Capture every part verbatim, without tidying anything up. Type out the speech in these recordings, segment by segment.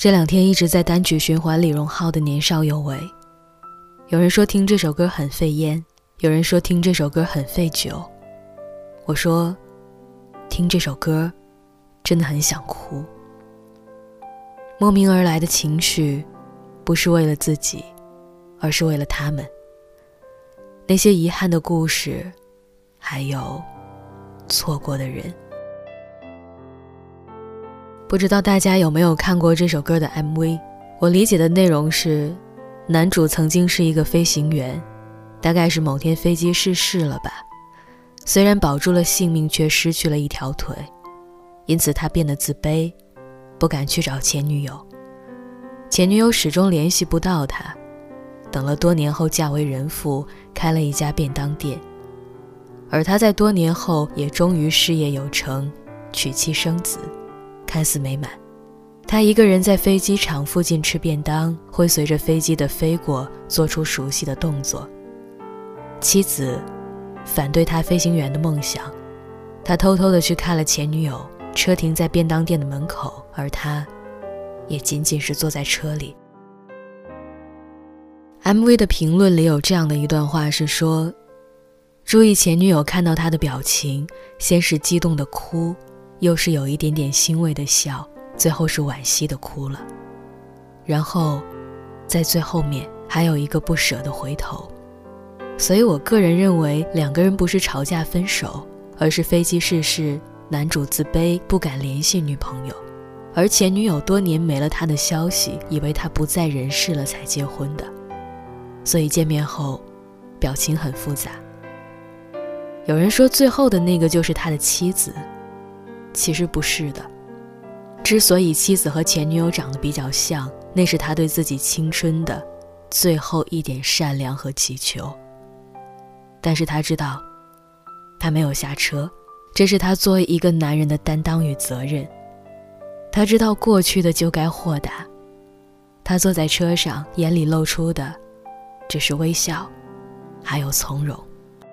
这两天一直在单曲循环李荣浩的《年少有为》。有人说听这首歌很费烟，有人说听这首歌很费酒。我说听这首歌真的很想哭。莫名而来的情绪不是为了自己，而是为了他们，那些遗憾的故事，还有错过的人。不知道大家有没有看过这首歌的 M V。 我理解的内容是，男主曾经是一个飞行员，大概是某天飞机失事了吧，虽然保住了性命，却失去了一条腿，因此他变得自卑，不敢去找前女友。前女友始终联系不到他，等了多年后嫁为人妇，开了一家便当店。而他在多年后也终于事业有成，娶妻生子，看似美满。他一个人在飞机场附近吃便当，会随着飞机的飞过做出熟悉的动作。妻子反对他飞行员的梦想，他偷偷地去看了前女友，车停在便当店的门口，而他也仅仅是坐在车里。 M V 的评论里有这样的一段话，是说，注意前女友看到他的表情，先是激动的哭，又是有一点点欣慰的笑，最后是惋惜的哭了，然后在最后面还有一个不舍的回头。所以我个人认为，两个人不是吵架分手，而是飞机失事，男主自卑不敢联系女朋友，而前女友多年没了他的消息，以为他不在人世了才结婚的，所以见面后表情很复杂。有人说最后的那个就是他的妻子，其实不是的。之所以妻子和前女友长得比较像，那是他对自己青春的最后一点善良和祈求。但是他知道他没有下车，这是他作为一个男人的担当与责任。他知道过去的就该豁达，他坐在车上，眼里露出的只是微笑，还有从容。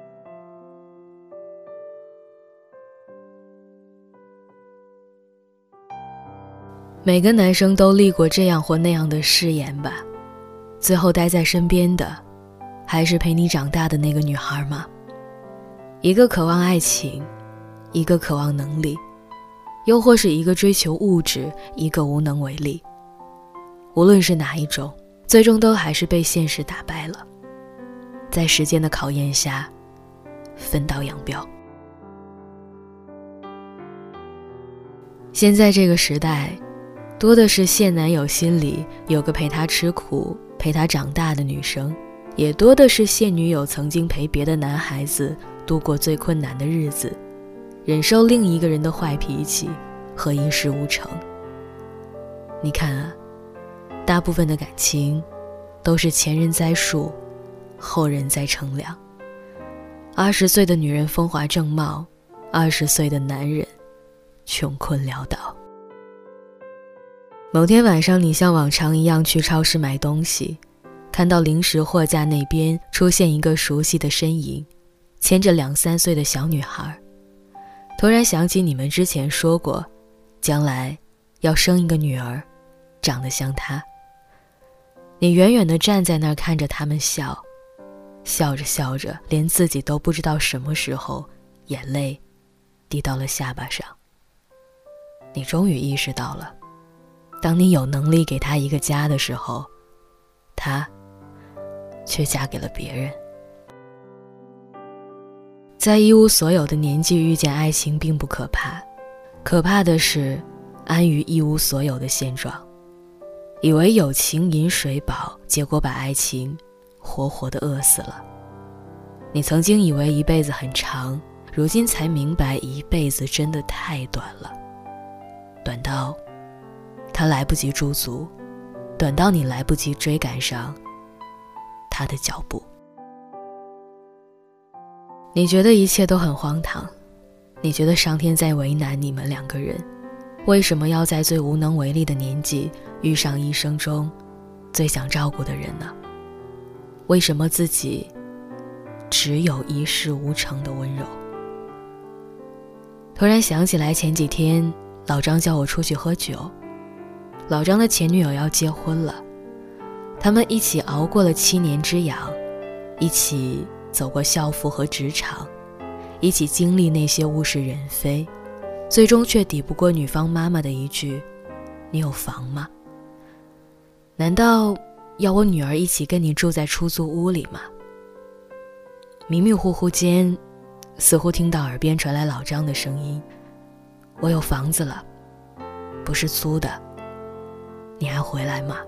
每个男生都立过这样或那样的誓言吧，最后待在身边的还是陪你长大的那个女孩吗？一个渴望爱情，一个渴望能力，又或是一个追求物质，一个无能为力。无论是哪一种，最终都还是被现实打败了，在时间的考验下分道扬镳。现在这个时代，多的是现男友心里有个陪他吃苦陪他长大的女生，也多的是现女友曾经陪别的男孩子度过最困难的日子，忍受另一个人的坏脾气和一事无成。你看啊，大部分的感情都是前人栽树，后人栽乘凉。二十岁的女人风华正茂，二十岁的男人穷困潦倒。某天晚上，你像往常一样去超市买东西，看到零食货架那边出现一个熟悉的身影，牵着两三岁的小女孩。突然想起你们之前说过，将来要生一个女儿，长得像她。你远远地站在那儿看着他们笑，笑着笑着，连自己都不知道什么时候眼泪滴到了下巴上。你终于意识到了，当你有能力给她一个家的时候，她却嫁给了别人。在一无所有的年纪遇见爱情并不可怕，可怕的是安于一无所有的现状，以为有情饮水饱，结果把爱情活活地饿死了。你曾经以为一辈子很长，如今才明白一辈子真的太短了，短到他来不及驻足，短到你来不及追赶上他的脚步。你觉得一切都很荒唐，你觉得上天在为难你们两个人，为什么要在最无能为力的年纪遇上一生中最想照顾的人呢？为什么自己只有一事无成的温柔？突然想起来前几天老张叫我出去喝酒， 老张的前女友要结婚了，他们一起熬过了七年之痒，一起走过校服和职场，一起经历那些物是人非，最终却抵不过女方妈妈的一句：你有房吗？难道要我女儿一起跟你住在出租屋里吗？迷迷糊糊间，似乎听到耳边传来老张的声音：我有房子了，不是租的，你还回来吗？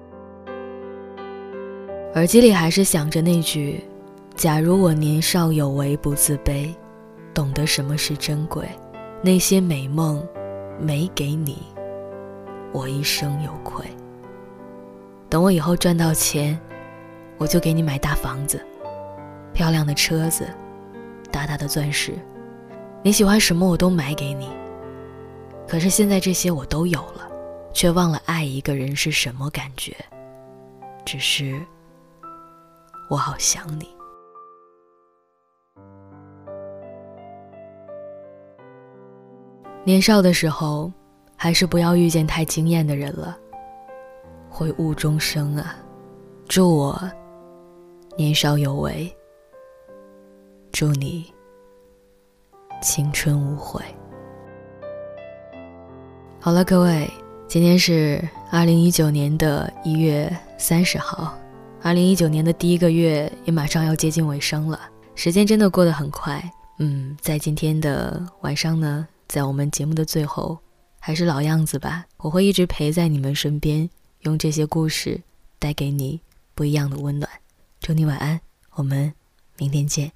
耳机里还是想着那句：假如我年少有为不自卑，懂得什么是珍贵，那些美梦没给你，我一生有愧。等我以后赚到钱，我就给你买大房子，漂亮的车子，大大的钻石，你喜欢什么我都买给你。可是现在这些我都有了，却忘了爱一个人是什么感觉，只是我好想你。年少的时候，还是不要遇见太惊艳的人了，会误终生啊！祝我年少有为，祝你青春无悔。好了，各位，今天是二零一九年的一月三十号，二零一九年的第一个月也马上要接近尾声了，时间真的过得很快。嗯，在今天的晚上呢，在我们节目的最后，还是老样子吧，我会一直陪在你们身边，用这些故事带给你不一样的温暖。祝你晚安，我们明天见。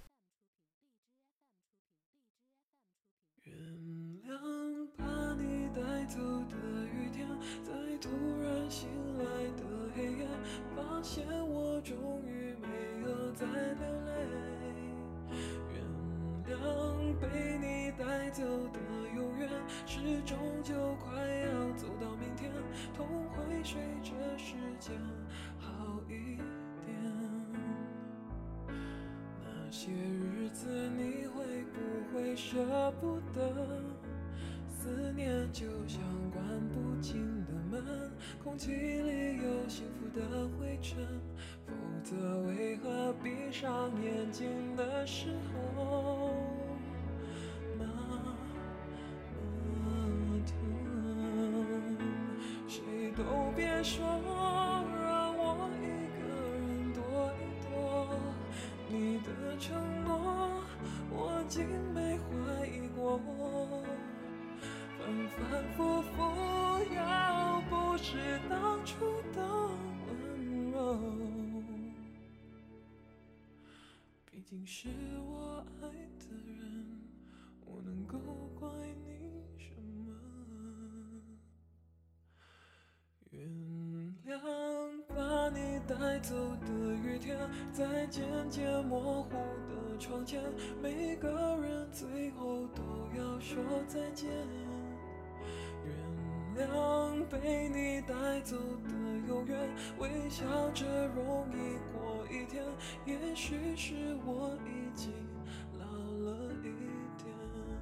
原谅把你带走的雨天，在突然醒来的黑夜，发现我终于没有再流泪。原谅被你带走的永远，是终究快要走到明天，痛会随着时间好一点。那些日子你会不会舍不得？思念就像关不紧的门，空气里有幸福的灰尘，否则为何闭上眼睛的时候那么疼？谁都别说让我一个人躲一躲，你的承诺我竟没怀疑过，反反复复要不是当初的温柔，毕竟是我爱的人，我能够怪你什么？原谅把你带走的雨天，在渐渐模糊的窗前，每个人最后都要说再见。原谅被你带走的永远，微笑着容易过一天，也许是我已经老了一点。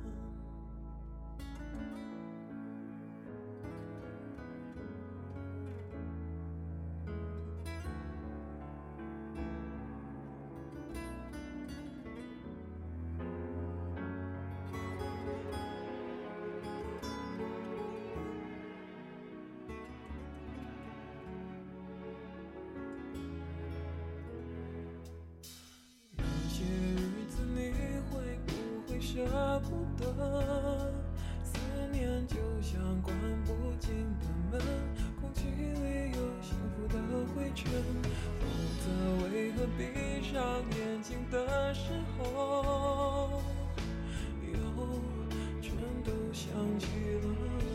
舍不得，思念就像关不紧的门，空气里有幸福的灰尘，否则为何闭上眼睛的时候又全都想起了？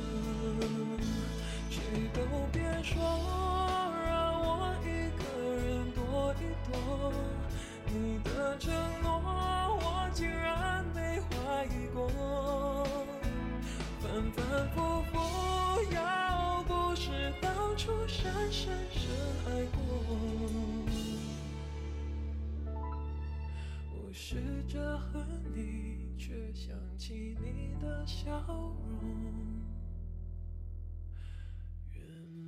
谁都别说让我一个人躲一躲，你的承诺我竟然没怀疑过，反反复复要不是当初深深深爱过，我试着恨你，却想起你的笑容。原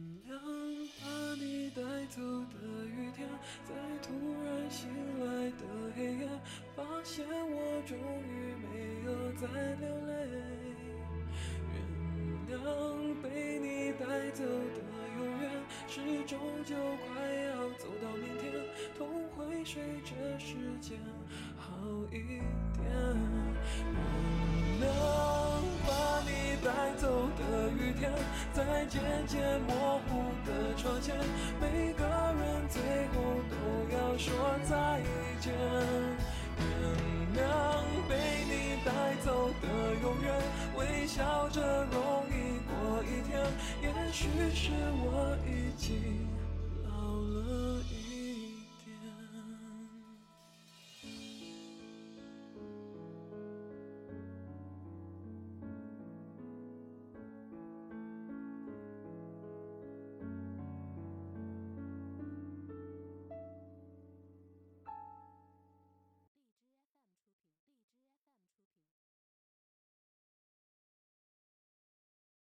再流泪。原谅被你带走的永远，是终究快要走到明天，痛会随着时间好一点。原谅把你带走的雨天，在渐渐模糊的窗前，每个人最后都要说再见。原谅被你带走的永远，微笑着容易过一天，也许是我已经老了一点。